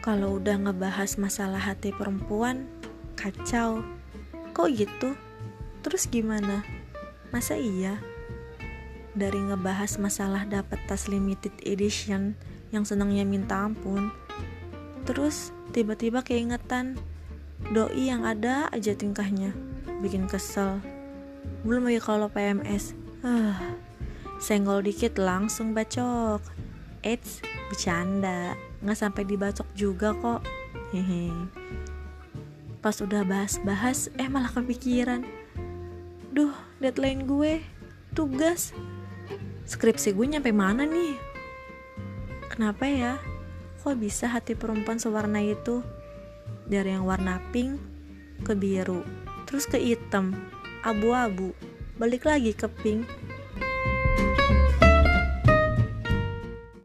Kalau udah ngebahas masalah hati perempuan, kacau. Kok gitu? Terus gimana? Masa iya? Dari ngebahas masalah dapat tas limited edition yang senangnya minta ampun, terus tiba-tiba keingetan doi yang ada aja tingkahnya, bikin kesel. Belum lagi kalau PMS, senggol dikit langsung bacok. Eits, bercanda, nggak sampai dibacok juga kok. Hehe. Pas udah bahas-bahas, malah kepikiran. Duh, deadline gue, tugas, skripsi gue nyampe mana nih? Kenapa ya? Kok bisa hati perempuan sewarna itu? Dari yang warna pink ke biru, terus ke hitam, abu-abu, balik lagi ke pink,